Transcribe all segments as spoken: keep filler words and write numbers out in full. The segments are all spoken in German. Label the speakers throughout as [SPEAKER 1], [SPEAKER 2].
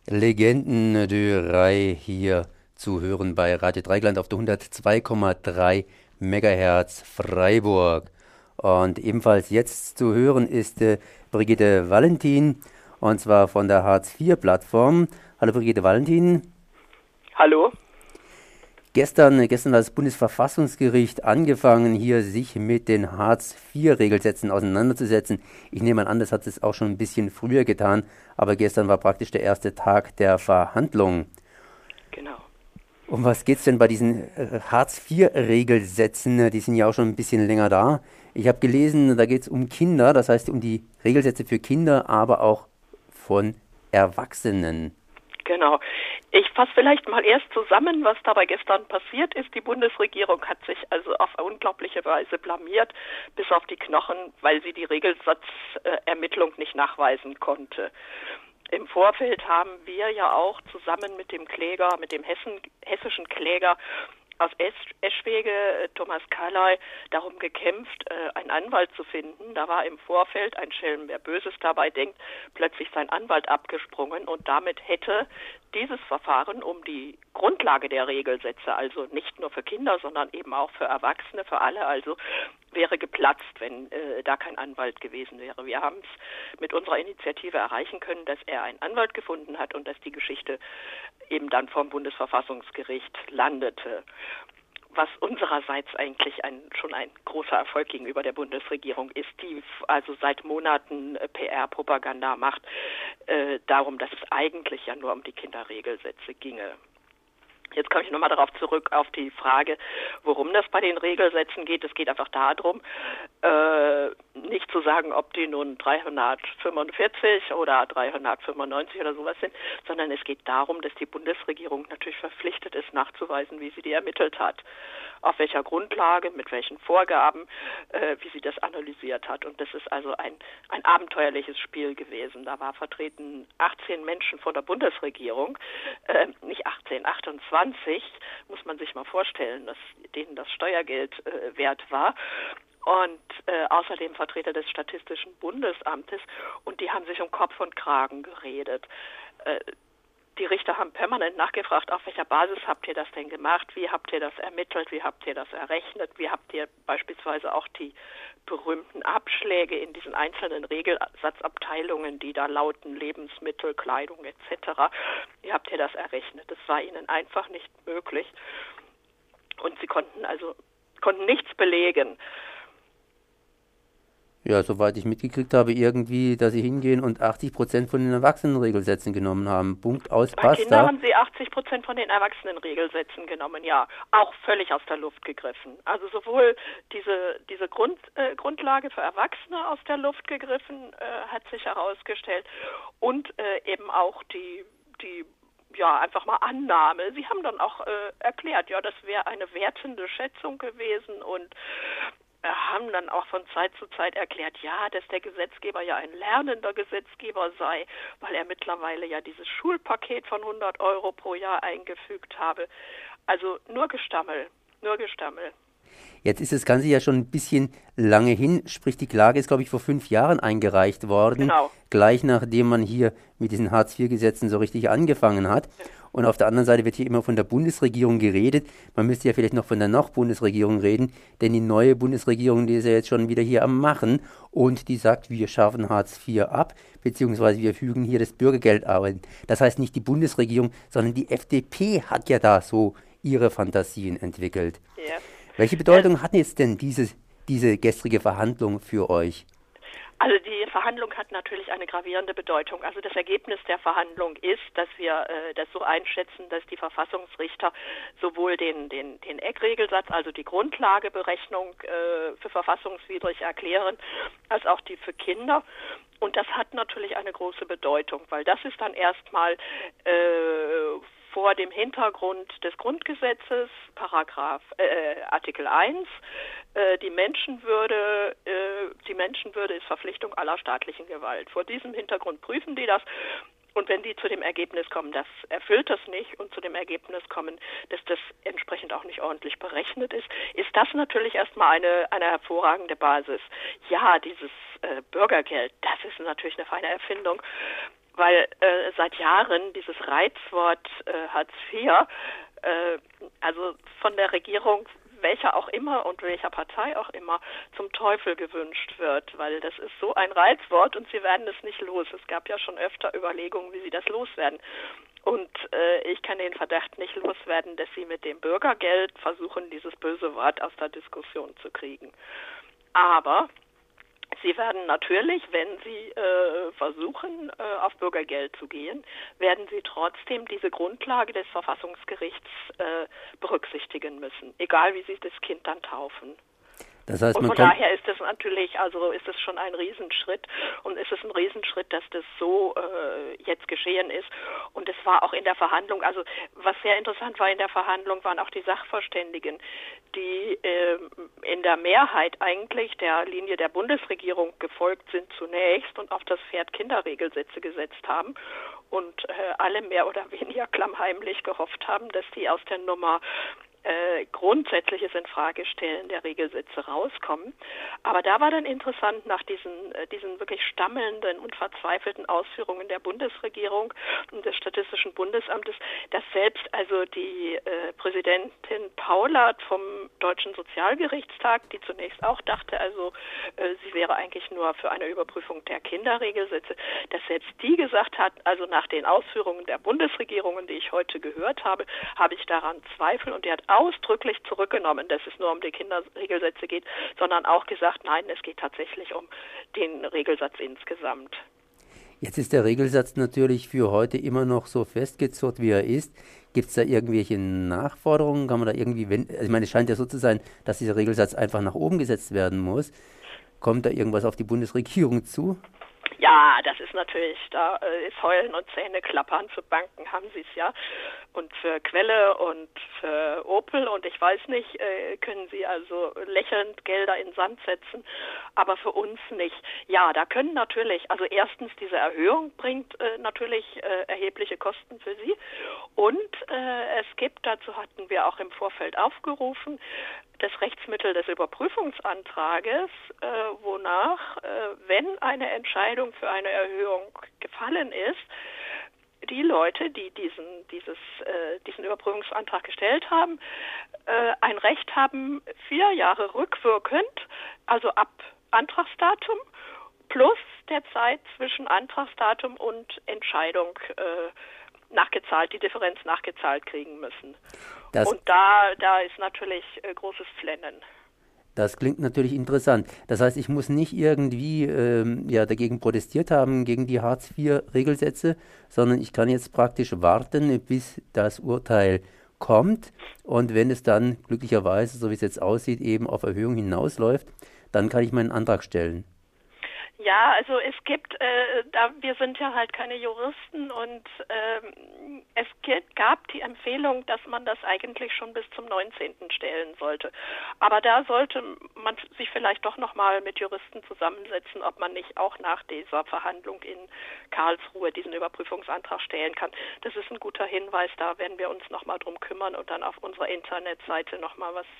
[SPEAKER 1] Legenden de Rey hier zu hören bei Radio Dreigland auf der hundertzwei Komma drei Megahertz Freiburg. Und ebenfalls jetzt zu hören ist äh, Brigitte Valentin, und zwar von der Hartz vier Plattform. Hallo Brigitte Valentin.
[SPEAKER 2] Hallo.
[SPEAKER 1] Gestern, gestern hat das Bundesverfassungsgericht angefangen, hier sich mit den Hartz vier Regelsätzen auseinanderzusetzen. Ich nehme an, das hat es auch schon ein bisschen früher getan, aber gestern war praktisch der erste Tag der Verhandlungen.
[SPEAKER 2] Genau.
[SPEAKER 1] Um was geht es denn bei diesen äh, Hartz vier Regelsätzen? Die sind ja auch schon ein bisschen länger da. Ich habe gelesen, da geht es um Kinder, das heißt um die Regelsätze für Kinder, aber auch von Erwachsenen.
[SPEAKER 2] Genau. Ich fasse vielleicht mal erst zusammen, was dabei gestern passiert ist. Die Bundesregierung hat sich also auf unglaubliche Weise blamiert, bis auf die Knochen, weil sie die Regelsatzermittlung nicht nachweisen konnte. Im Vorfeld haben wir ja auch zusammen mit dem Kläger, mit dem Hessen, hessischen Kläger aus Eschwege, Thomas Carley, darum gekämpft, einen Anwalt zu finden. Da war im Vorfeld, ein Schelm, wer Böses dabei denkt, plötzlich sein Anwalt abgesprungen und damit hätte dieses Verfahren um die Grundlage der Regelsätze, also nicht nur für Kinder, sondern eben auch für Erwachsene, für alle, also wäre geplatzt, wenn äh, da kein Anwalt gewesen wäre. Wir haben es mit unserer Initiative erreichen können, dass er einen Anwalt gefunden hat und dass die Geschichte eben dann vom Bundesverfassungsgericht landete. Was unsererseits eigentlich ein, schon ein großer Erfolg gegenüber der Bundesregierung ist, die also seit Monaten äh, P R-Propaganda macht, äh, darum, dass es eigentlich ja nur um die Kinderregelsätze ginge. Jetzt komme ich nochmal darauf zurück, auf die Frage, worum das bei den Regelsätzen geht. Es geht einfach darum, äh, nicht zu sagen, ob die nun dreihundertfünfundvierzig oder dreihundertfünfundneunzig oder sowas sind, sondern es geht darum, dass die Bundesregierung natürlich verpflichtet ist, nachzuweisen, wie sie die ermittelt hat, auf welcher Grundlage, mit welchen Vorgaben, äh, wie sie das analysiert hat. Und das ist also ein, ein abenteuerliches Spiel gewesen. Da war vertreten achtzehn Menschen von der Bundesregierung, äh, nicht achtzehn, achtundzwanzig, muss man sich mal vorstellen, dass denen das Steuergeld äh, wert war. Und äh, außerdem Vertreter des Statistischen Bundesamtes, und die haben sich um Kopf und Kragen geredet. Äh, Die Richter haben permanent nachgefragt, auf welcher Basis habt ihr das denn gemacht, wie habt ihr das ermittelt, wie habt ihr das errechnet, wie habt ihr beispielsweise auch die berühmten Abschläge in diesen einzelnen Regelsatzabteilungen, die da lauten Lebensmittel, Kleidung et cetera, wie habt ihr das errechnet? Das war ihnen einfach nicht möglich und sie konnten also konnten nichts belegen.
[SPEAKER 1] Ja, soweit ich mitgekriegt habe, irgendwie, dass sie hingehen und achtzig Prozent von den Erwachsenenregelsätzen genommen haben. Punkt, aus,
[SPEAKER 2] Bei
[SPEAKER 1] basta.
[SPEAKER 2] Kindern haben sie achtzig Prozent von den Erwachsenenregelsätzen genommen, ja. Auch völlig aus der Luft gegriffen. Also sowohl diese, diese Grund, äh, Grundlage für Erwachsene aus der Luft gegriffen, äh, hat sich herausgestellt, und äh, eben auch die, die ja, einfach mal Annahme. Sie haben dann auch äh, erklärt, ja, das wäre eine wertende Schätzung gewesen, und haben dann auch von Zeit zu Zeit erklärt, ja, dass der Gesetzgeber ja ein lernender Gesetzgeber sei, weil er mittlerweile ja dieses Schulpaket von hundert Euro pro Jahr eingefügt habe. Also nur Gestammel, nur Gestammel.
[SPEAKER 1] Jetzt ist das Ganze ja schon ein bisschen lange hin, sprich die Klage ist, glaube ich, vor fünf Jahren eingereicht worden,
[SPEAKER 2] genau.
[SPEAKER 1] Gleich nachdem man hier mit diesen Hartz vier Gesetzen so richtig angefangen hat. Und auf der anderen Seite wird hier immer von der Bundesregierung geredet. Man müsste ja vielleicht noch von der Noch-Bundesregierung reden, denn die neue Bundesregierung, die ist ja jetzt schon wieder hier am Machen und die sagt, wir schaffen Hartz vier ab, beziehungsweise wir fügen hier das Bürgergeld ein. Das heißt nicht die Bundesregierung, sondern die F D P hat ja da so ihre Fantasien entwickelt.
[SPEAKER 2] Ja.
[SPEAKER 1] Welche Bedeutung hat jetzt denn diese, diese gestrige Verhandlung für euch?
[SPEAKER 2] Also die Verhandlung hat natürlich eine gravierende Bedeutung. Also das Ergebnis der Verhandlung ist, dass wir äh, das so einschätzen, dass die Verfassungsrichter sowohl den, den, den Eckregelsatz, also die Grundlageberechnung äh, für verfassungswidrig erklären, als auch die für Kinder. Und das hat natürlich eine große Bedeutung, weil das ist dann erstmal äh, vor dem Hintergrund des Grundgesetzes, Paragraph, äh, Artikel eins, äh, die Menschenwürde, äh, die Menschenwürde ist Verpflichtung aller staatlichen Gewalt. Vor diesem Hintergrund prüfen die das. Und wenn die zu dem Ergebnis kommen, das erfüllt das nicht, und zu dem Ergebnis kommen, dass das entsprechend auch nicht ordentlich berechnet ist, ist das natürlich erstmal eine, eine hervorragende Basis. Ja, dieses äh, Bürgergeld, das ist natürlich eine feine Erfindung. weil äh, seit Jahren dieses Reizwort äh, Hartz vier, äh, also von der Regierung, welcher auch immer und welcher Partei auch immer, zum Teufel gewünscht wird, weil das ist so ein Reizwort und sie werden es nicht los. Es gab ja schon öfter Überlegungen, wie sie das loswerden. Und äh, ich kann den Verdacht nicht loswerden, dass sie mit dem Bürgergeld versuchen, dieses böse Wort aus der Diskussion zu kriegen. Aber sie werden natürlich, wenn sie äh, versuchen, äh, auf Bürgergeld zu gehen, werden sie trotzdem diese Grundlage des Verfassungsgerichts äh, berücksichtigen müssen, egal wie sie das Kind dann taufen.
[SPEAKER 1] Das heißt,
[SPEAKER 2] und
[SPEAKER 1] man
[SPEAKER 2] von
[SPEAKER 1] kommt
[SPEAKER 2] daher ist es natürlich, also ist es schon ein Riesenschritt und ist es ein Riesenschritt, dass das so äh, jetzt geschehen ist. Und es war auch in der Verhandlung, also was sehr interessant war in der Verhandlung, waren auch die Sachverständigen, die äh, in der Mehrheit eigentlich der Linie der Bundesregierung gefolgt sind zunächst und auf das Pferd Kinderregelsätze gesetzt haben und äh, alle mehr oder weniger klammheimlich gehofft haben, dass die aus der Nummer Äh, Grundsätzliches Infragestellen der Regelsätze rauskommen. Aber da war dann interessant, nach diesen, äh, diesen wirklich stammelnden und verzweifelten Ausführungen der Bundesregierung und des Statistischen Bundesamtes, dass selbst also die äh, Präsidentin Paulert vom Deutschen Sozialgerichtstag, die zunächst auch dachte, also äh, sie wäre eigentlich nur für eine Überprüfung der Kinderregelsätze, dass selbst die gesagt hat, also nach den Ausführungen der Bundesregierungen, die ich heute gehört habe, habe ich daran Zweifel, und die hat ausdrücklich zurückgenommen, dass es nur um die Kinderregelsätze geht, sondern auch gesagt, nein, es geht tatsächlich um den Regelsatz insgesamt.
[SPEAKER 1] Jetzt ist der Regelsatz natürlich für heute immer noch so festgezurrt, wie er ist. Gibt es da irgendwelche Nachforderungen? Kann man da irgendwie, wenn, also ich meine, es scheint ja so zu sein, dass dieser Regelsatz einfach nach oben gesetzt werden muss. Kommt da irgendwas auf die Bundesregierung zu?
[SPEAKER 2] Ja, das ist natürlich, da äh, ist Heulen und Zähne klappern. Für Banken haben sie es ja und für Quelle und für Opel und ich weiß nicht, äh, können sie also lächelnd Gelder in den Sand setzen, aber für uns nicht. Ja, da können natürlich, also erstens diese Erhöhung bringt äh, natürlich äh, erhebliche Kosten für sie und äh, es gibt, dazu hatten wir auch im Vorfeld aufgerufen, das Rechtsmittel des Überprüfungsantrages, äh, wonach, äh, wenn eine Entscheidung für eine Erhöhung gefallen ist, die Leute, die diesen, dieses, äh, diesen Überprüfungsantrag gestellt haben, äh, ein Recht haben, vier Jahre rückwirkend, also ab Antragsdatum, plus der Zeit zwischen Antragsdatum und Entscheidung äh, nachgezahlt, die Differenz nachgezahlt kriegen müssen. Das und da, da ist natürlich äh, großes Flennen.
[SPEAKER 1] Das klingt natürlich interessant. Das heißt, ich muss nicht irgendwie ähm, ja, dagegen protestiert haben, gegen die Hartz vier Regelsätze, sondern ich kann jetzt praktisch warten, bis das Urteil kommt. Und wenn es dann glücklicherweise, so wie es jetzt aussieht, eben auf Erhöhung hinausläuft, dann kann ich meinen Antrag stellen.
[SPEAKER 2] Ja, also es gibt, äh, da wir sind ja halt keine Juristen und ähm, es gibt, gab die Empfehlung, dass man das eigentlich schon bis zum neunzehnten stellen sollte. Aber da sollte man sich vielleicht doch nochmal mit Juristen zusammensetzen, ob man nicht auch nach dieser Verhandlung in Karlsruhe diesen Überprüfungsantrag stellen kann. Das ist ein guter Hinweis, da werden wir uns nochmal drum kümmern und dann auf unserer Internetseite nochmal was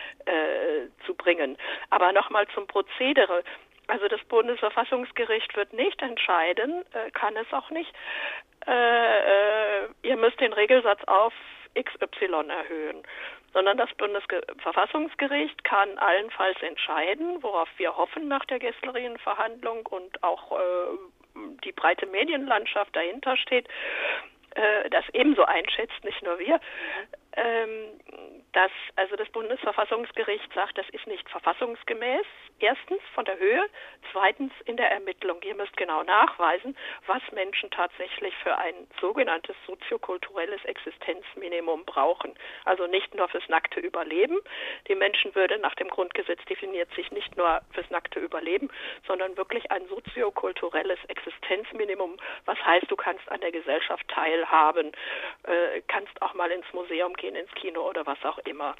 [SPEAKER 2] äh, zu bringen. Aber nochmal zum Prozedere. Also das Bundesverfassungsgericht wird nicht entscheiden, äh, kann es auch nicht, äh, äh, ihr müsst den Regelsatz auf X Y erhöhen, sondern das Bundesverfassungsgericht kann allenfalls entscheiden, worauf wir hoffen nach der gestrigen Verhandlung und auch äh, die breite Medienlandschaft dahinter steht, äh, das ebenso einschätzt, nicht nur wir, ähm, dass also das Bundesverfassungsgericht sagt, das ist nicht verfassungsgemäß, erstens von der Höhe, zweitens in der Ermittlung. Ihr müsst genau nachweisen, was Menschen tatsächlich für ein sogenanntes soziokulturelles Existenzminimum brauchen. Also nicht nur fürs nackte Überleben. Die Menschenwürde nach dem Grundgesetz definiert sich nicht nur fürs nackte Überleben, sondern wirklich ein soziokulturelles Existenzminimum. Was heißt, du kannst an der Gesellschaft teilhaben, äh, kannst auch mal ins Museum gehen, ins Kino oder was auch immer.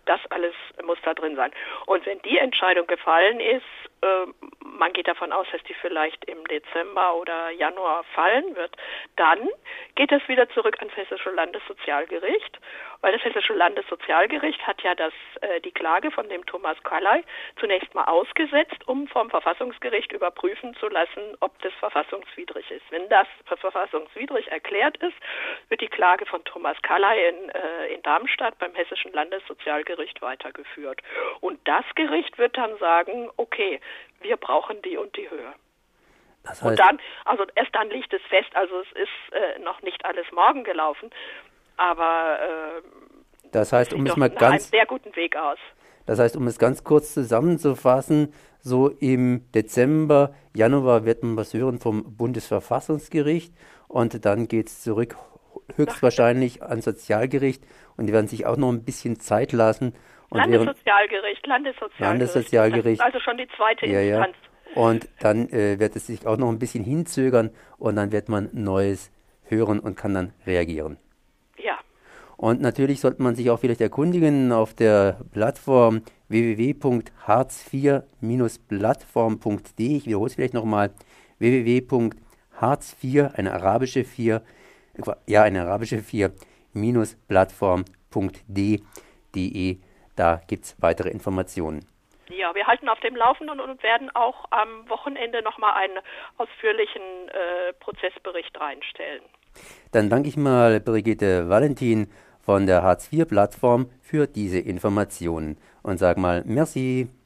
[SPEAKER 2] Das alles muss da drin sein. Und wenn die Entscheidung gefallen ist, äh, man geht davon aus, dass die vielleicht im Dezember oder Januar fallen wird, dann geht es wieder zurück ans Hessische Landessozialgericht, weil das Hessische Landessozialgericht hat ja das, äh, die Klage von dem Thomas Kallay zunächst mal ausgesetzt, um vom Verfassungsgericht überprüfen zu lassen, ob das verfassungswidrig ist. Wenn das verfassungswidrig erklärt ist, wird die Klage von Thomas Kallay in, äh, in Darmstadt beim Hessischen Landessozialgericht weitergeführt. Und das Gericht wird dann sagen, okay, wir brauchen die und die Höhe. Das heißt, und dann, also erst dann liegt es fest, also es ist äh, noch nicht alles morgen gelaufen, aber äh,
[SPEAKER 1] das heißt, um es mal
[SPEAKER 2] nach
[SPEAKER 1] ganz,
[SPEAKER 2] einem sehr guten Weg aus.
[SPEAKER 1] Das heißt, um es ganz kurz zusammenzufassen, so im Dezember, Januar wird man was hören vom Bundesverfassungsgericht und dann geht es zurück höchstwahrscheinlich ans Sozialgericht und die werden sich auch noch ein bisschen Zeit lassen. Und
[SPEAKER 2] Landessozialgericht, Landessozialgericht.
[SPEAKER 1] Landessozialgericht.
[SPEAKER 2] Das ist also schon die zweite
[SPEAKER 1] ja,
[SPEAKER 2] Instanz.
[SPEAKER 1] Ja. Und dann äh, wird es sich auch noch ein bisschen hinzögern und dann wird man Neues hören und kann dann reagieren.
[SPEAKER 2] Ja.
[SPEAKER 1] Und natürlich sollte man sich auch vielleicht erkundigen auf der Plattform w w w punkt hartz vier Plattform punkt d e. Ich wiederhole es vielleicht nochmal. w w w punkt hartz vier, eine arabische vier, ja, eine arabische vier, Plattform punkt d e. Da gibt es weitere Informationen.
[SPEAKER 2] Ja, wir halten auf dem Laufenden und werden auch am Wochenende nochmal einen ausführlichen äh, Prozessbericht reinstellen.
[SPEAKER 1] Dann danke ich mal Brigitte Valentin von der Hartz vier Plattform für diese Informationen und sage mal merci.